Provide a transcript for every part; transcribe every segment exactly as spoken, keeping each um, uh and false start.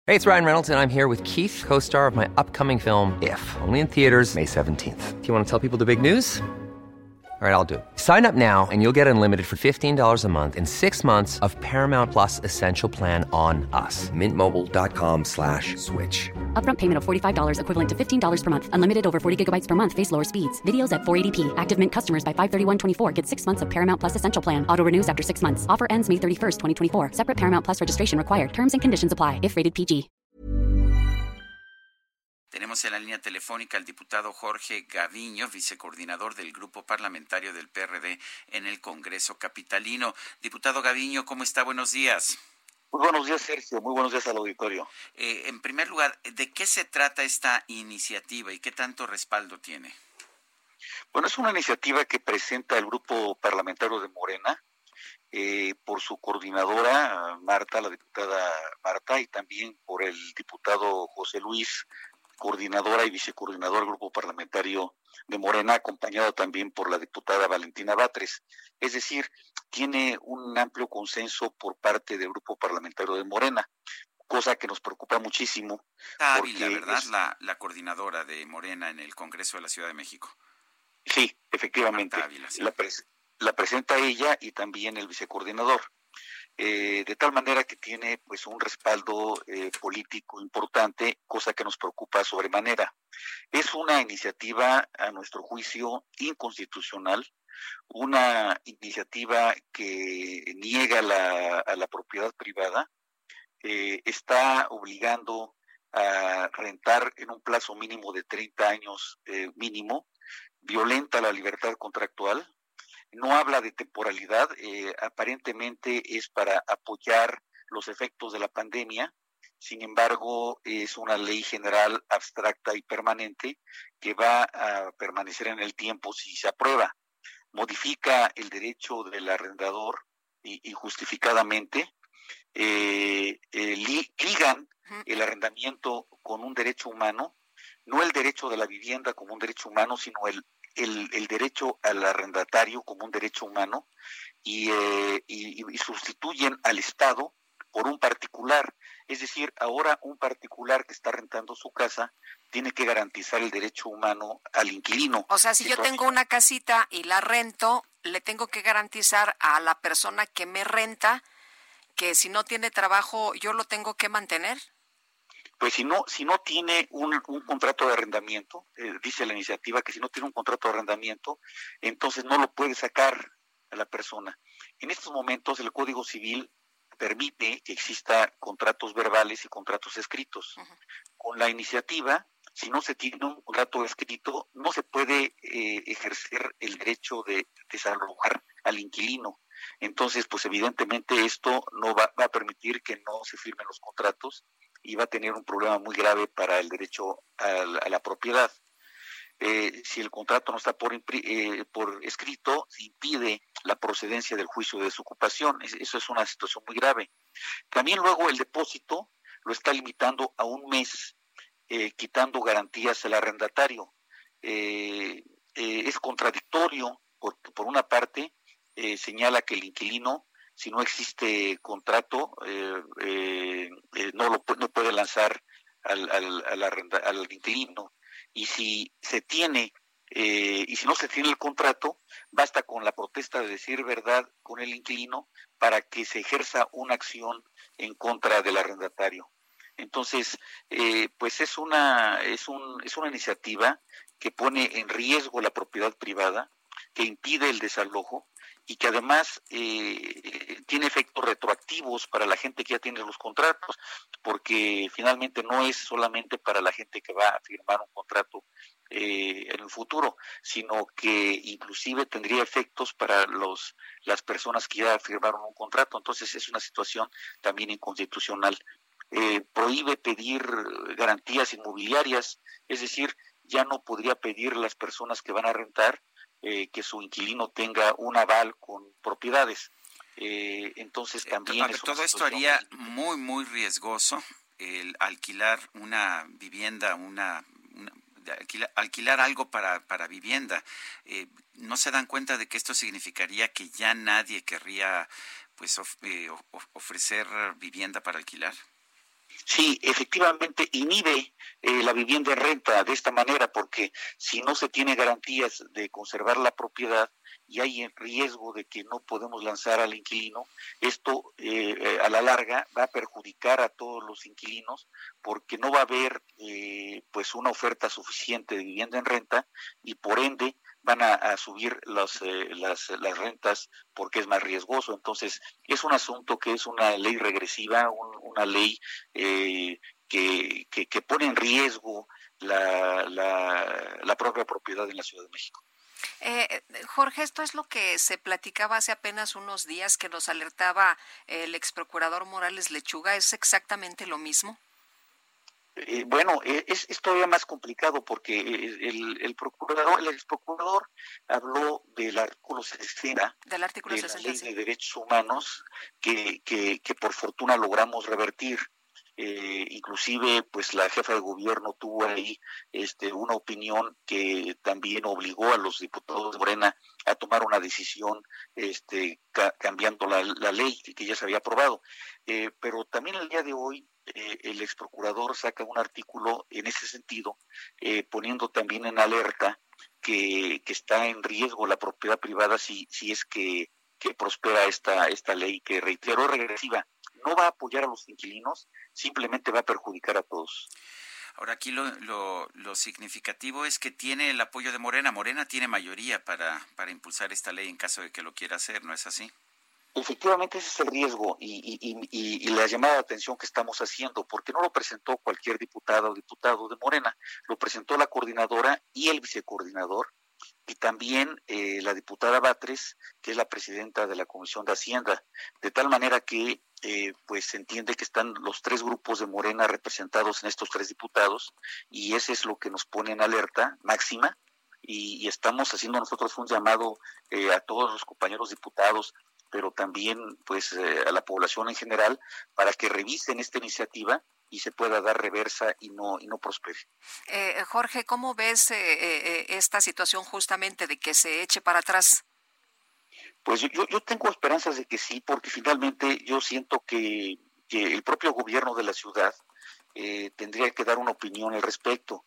Hey, it's Ryan Reynolds, and I'm here with Keith, co-star of my upcoming film, If, only in theaters May seventeenth. Do you want to tell people the big news? All right, I'll do it. Sign up now and you'll get unlimited for fifteen dollars a month and six months of Paramount Plus Essential Plan on us. Mint Mobile dot com slash switch. Upfront payment of forty-five dollars equivalent to fifteen dollars per month. Unlimited over forty gigabytes per month. Face lower speeds. Videos at four eighty p. Active Mint customers by five thirty-one twenty-four get six months of Paramount Plus Essential Plan. Auto renews after six months. Offer ends May thirty-first, twenty twenty-four. Separate Paramount Plus registration required. Terms and conditions apply if rated P G. Tenemos en la línea telefónica al diputado Jorge Gaviño, vicecoordinador del Grupo Parlamentario del P R D en el Congreso Capitalino. Diputado Gaviño, ¿cómo está? Buenos días. Muy buenos días, Sergio. Muy buenos días al auditorio. Eh, en primer lugar, ¿de qué se trata esta iniciativa y qué tanto respaldo tiene? Bueno, es una iniciativa que presenta el Grupo Parlamentario de Morena, eh, por su coordinadora, Marta, la diputada Marta, y también por el diputado José Luis, coordinadora y vicecoordinador del Grupo Parlamentario de Morena, acompañado también por la diputada Valentina Batres. Es decir, tiene un amplio consenso por parte del Grupo Parlamentario de Morena, cosa que nos preocupa muchísimo. Ávila, ¿verdad? Es la, la coordinadora de Morena en el Congreso de la Ciudad de México. Sí, efectivamente. Ávila, sí. La, pres- la presenta ella y también el vicecoordinador. Eh, de tal manera que tiene pues un respaldo eh, político importante, cosa que nos preocupa sobremanera. Es una iniciativa, a nuestro juicio, inconstitucional, una iniciativa que niega la, a la propiedad privada, eh, está obligando a rentar en un plazo mínimo de treinta años eh, mínimo, violenta la libertad contractual. No habla de temporalidad, eh, aparentemente es para apoyar los efectos de la pandemia. Sin embargo, es una ley general abstracta y permanente que va a permanecer en el tiempo si se aprueba. Modifica el derecho del arrendador y, y justificadamente. Eh, eh, li, ligan el arrendamiento con un derecho humano, no el derecho de la vivienda como un derecho humano, sino el El, el derecho al arrendatario como un derecho humano y, eh, y, y sustituyen al Estado por un particular. Es decir, ahora un particular que está rentando su casa tiene que garantizar el derecho humano al inquilino. O sea, si Entonces, yo tengo una casita y la rento, le tengo que garantizar a la persona que me renta que si no tiene trabajo, yo lo tengo que mantener. Pues si no si no tiene un, un contrato de arrendamiento, eh, dice la iniciativa que si no tiene un contrato de arrendamiento, entonces no lo puede sacar a la persona. En estos momentos el Código Civil permite que exista contratos verbales y contratos escritos. Uh-huh. Con la iniciativa, si no se tiene un contrato escrito, no se puede eh, ejercer el derecho de desalojar al inquilino. Entonces, pues evidentemente esto no va, va a permitir que no se firmen los contratos y va a tener un problema muy grave para el derecho a la, a la propiedad. Eh, si el contrato no está por, eh, por escrito, se impide la procedencia del juicio de desocupación. Es, eso es una situación muy grave. También luego el depósito lo está limitando a un mes, eh, quitando garantías al arrendatario. Eh, eh, es contradictorio porque por una parte eh, señala que el inquilino, si no existe contrato, eh, eh, eh, no lo no puede lanzar al, al, al, arrenda, al inquilino. Y si se tiene, eh, y si no se tiene el contrato, basta con la protesta de decir verdad con el inquilino para que se ejerza una acción en contra del arrendatario. Entonces, eh, pues es una, es un, es una iniciativa que pone en riesgo la propiedad privada, que impide el desalojo, y que además eh, tiene efectos retroactivos para la gente que ya tiene los contratos, porque finalmente no es solamente para la gente que va a firmar un contrato eh, en el futuro, sino que inclusive tendría efectos para los las personas que ya firmaron un contrato. Entonces es una situación también inconstitucional. Eh, prohíbe pedir garantías inmobiliarias, es decir, ya no podría pedir a las personas que van a rentar Eh, que su inquilino tenga un aval con propiedades. Eh, entonces también eh, es todo esto haría muy muy riesgoso el alquilar una vivienda, una, una alquilar, alquilar algo para para vivienda. Eh, ¿No se dan cuenta de que esto significaría que ya nadie querría pues of, eh, ofrecer vivienda para alquilar? Sí, efectivamente inhibe eh, la vivienda en renta de esta manera, porque si no se tiene garantías de conservar la propiedad y hay el riesgo de que no podemos lanzar al inquilino, esto eh, eh, a la larga va a perjudicar a todos los inquilinos, porque no va a haber eh, pues una oferta suficiente de vivienda en renta y por ende van a, a subir las, eh, las las rentas porque es más riesgoso. Entonces es un asunto que es una ley regresiva, un, una ley eh, que, que, que pone en riesgo la, la, la propia propiedad en la Ciudad de México. Eh, Jorge, esto es lo que se platicaba hace apenas unos días, que nos alertaba el ex procurador Morales Lechuga. ¿Es exactamente lo mismo? Eh, bueno, eh, es, es todavía más complicado porque el, el procurador, el ex procurador habló del artículo sesenta del artículo de sesenta, la Ley sí. de Derechos Humanos que, que, que por fortuna logramos revertir. Eh, inclusive pues la jefa de gobierno tuvo ahí este una opinión que también obligó a los diputados de Morena a tomar una decisión este ca- cambiando la, la ley que ya se había aprobado, eh, pero también el día de hoy eh, el ex procurador saca un artículo en ese sentido, eh, poniendo también en alerta que, que está en riesgo la propiedad privada si, si es que, que prospera esta, esta ley que, reitero, es regresiva. No va a apoyar a los inquilinos, simplemente va a perjudicar a todos. Ahora aquí lo, lo, lo significativo es que tiene el apoyo de Morena. Morena tiene mayoría para, para impulsar esta ley en caso de que lo quiera hacer, ¿no es así? Efectivamente, ese es el riesgo y, y, y, y la llamada de atención que estamos haciendo, porque no lo presentó cualquier diputada o diputado de Morena, lo presentó la coordinadora y el vicecoordinador, y también eh, la diputada Batres, que es la presidenta de la Comisión de Hacienda, de tal manera que eh, pues se entiende que están los tres grupos de Morena representados en estos tres diputados, y ese es lo que nos pone en alerta máxima, y, y estamos haciendo nosotros un llamado eh, a todos los compañeros diputados, pero también pues eh, a la población en general, para que revisen esta iniciativa y se pueda dar reversa y no y no prospere. Eh, Jorge, ¿cómo ves eh, eh, esta situación justamente de que se eche para atrás? Pues yo, yo tengo esperanzas de que sí, porque finalmente yo siento que, que el propio gobierno de la ciudad eh, tendría que dar una opinión al respecto.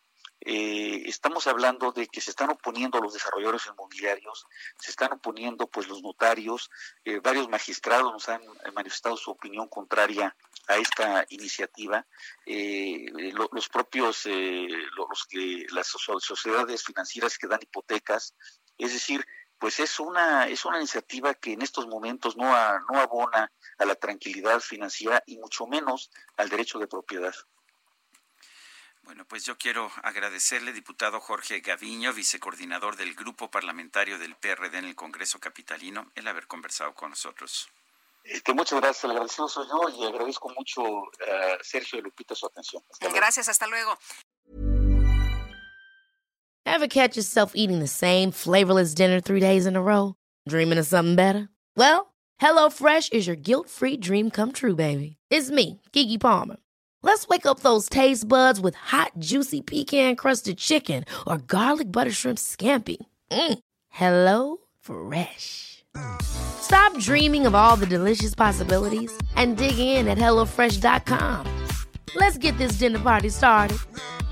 Eh, estamos hablando de que se están oponiendo los desarrolladores inmobiliarios, se están oponiendo pues los notarios, eh, varios magistrados nos han manifestado su opinión contraria a esta iniciativa, eh, lo, los propios eh, los que las sociedades financieras que dan hipotecas, es decir, pues es una es una iniciativa que en estos momentos no a, no abona a la tranquilidad financiera y mucho menos al derecho de propiedad. Bueno, pues yo quiero agradecerle, diputado Jorge Gaviño, vicecoordinador del Grupo Parlamentario del P R D en el Congreso Capitalino, el haber conversado con nosotros. Este, muchas gracias, el agradecido soy yo y agradezco mucho a Sergio y Lupita su atención. Hasta gracias, hasta luego. Ever catch yourself eating the same flavorless dinner three days in a row? Dreaming of something better? Well, HelloFresh is your guilt-free dream come true, baby. It's me, Keke Palmer. Let's wake up those taste buds with hot, juicy pecan-crusted chicken or garlic butter shrimp scampi. Mm. Hello Fresh. Stop dreaming of all the delicious possibilities and dig in at hello fresh dot com. Let's get this dinner party started.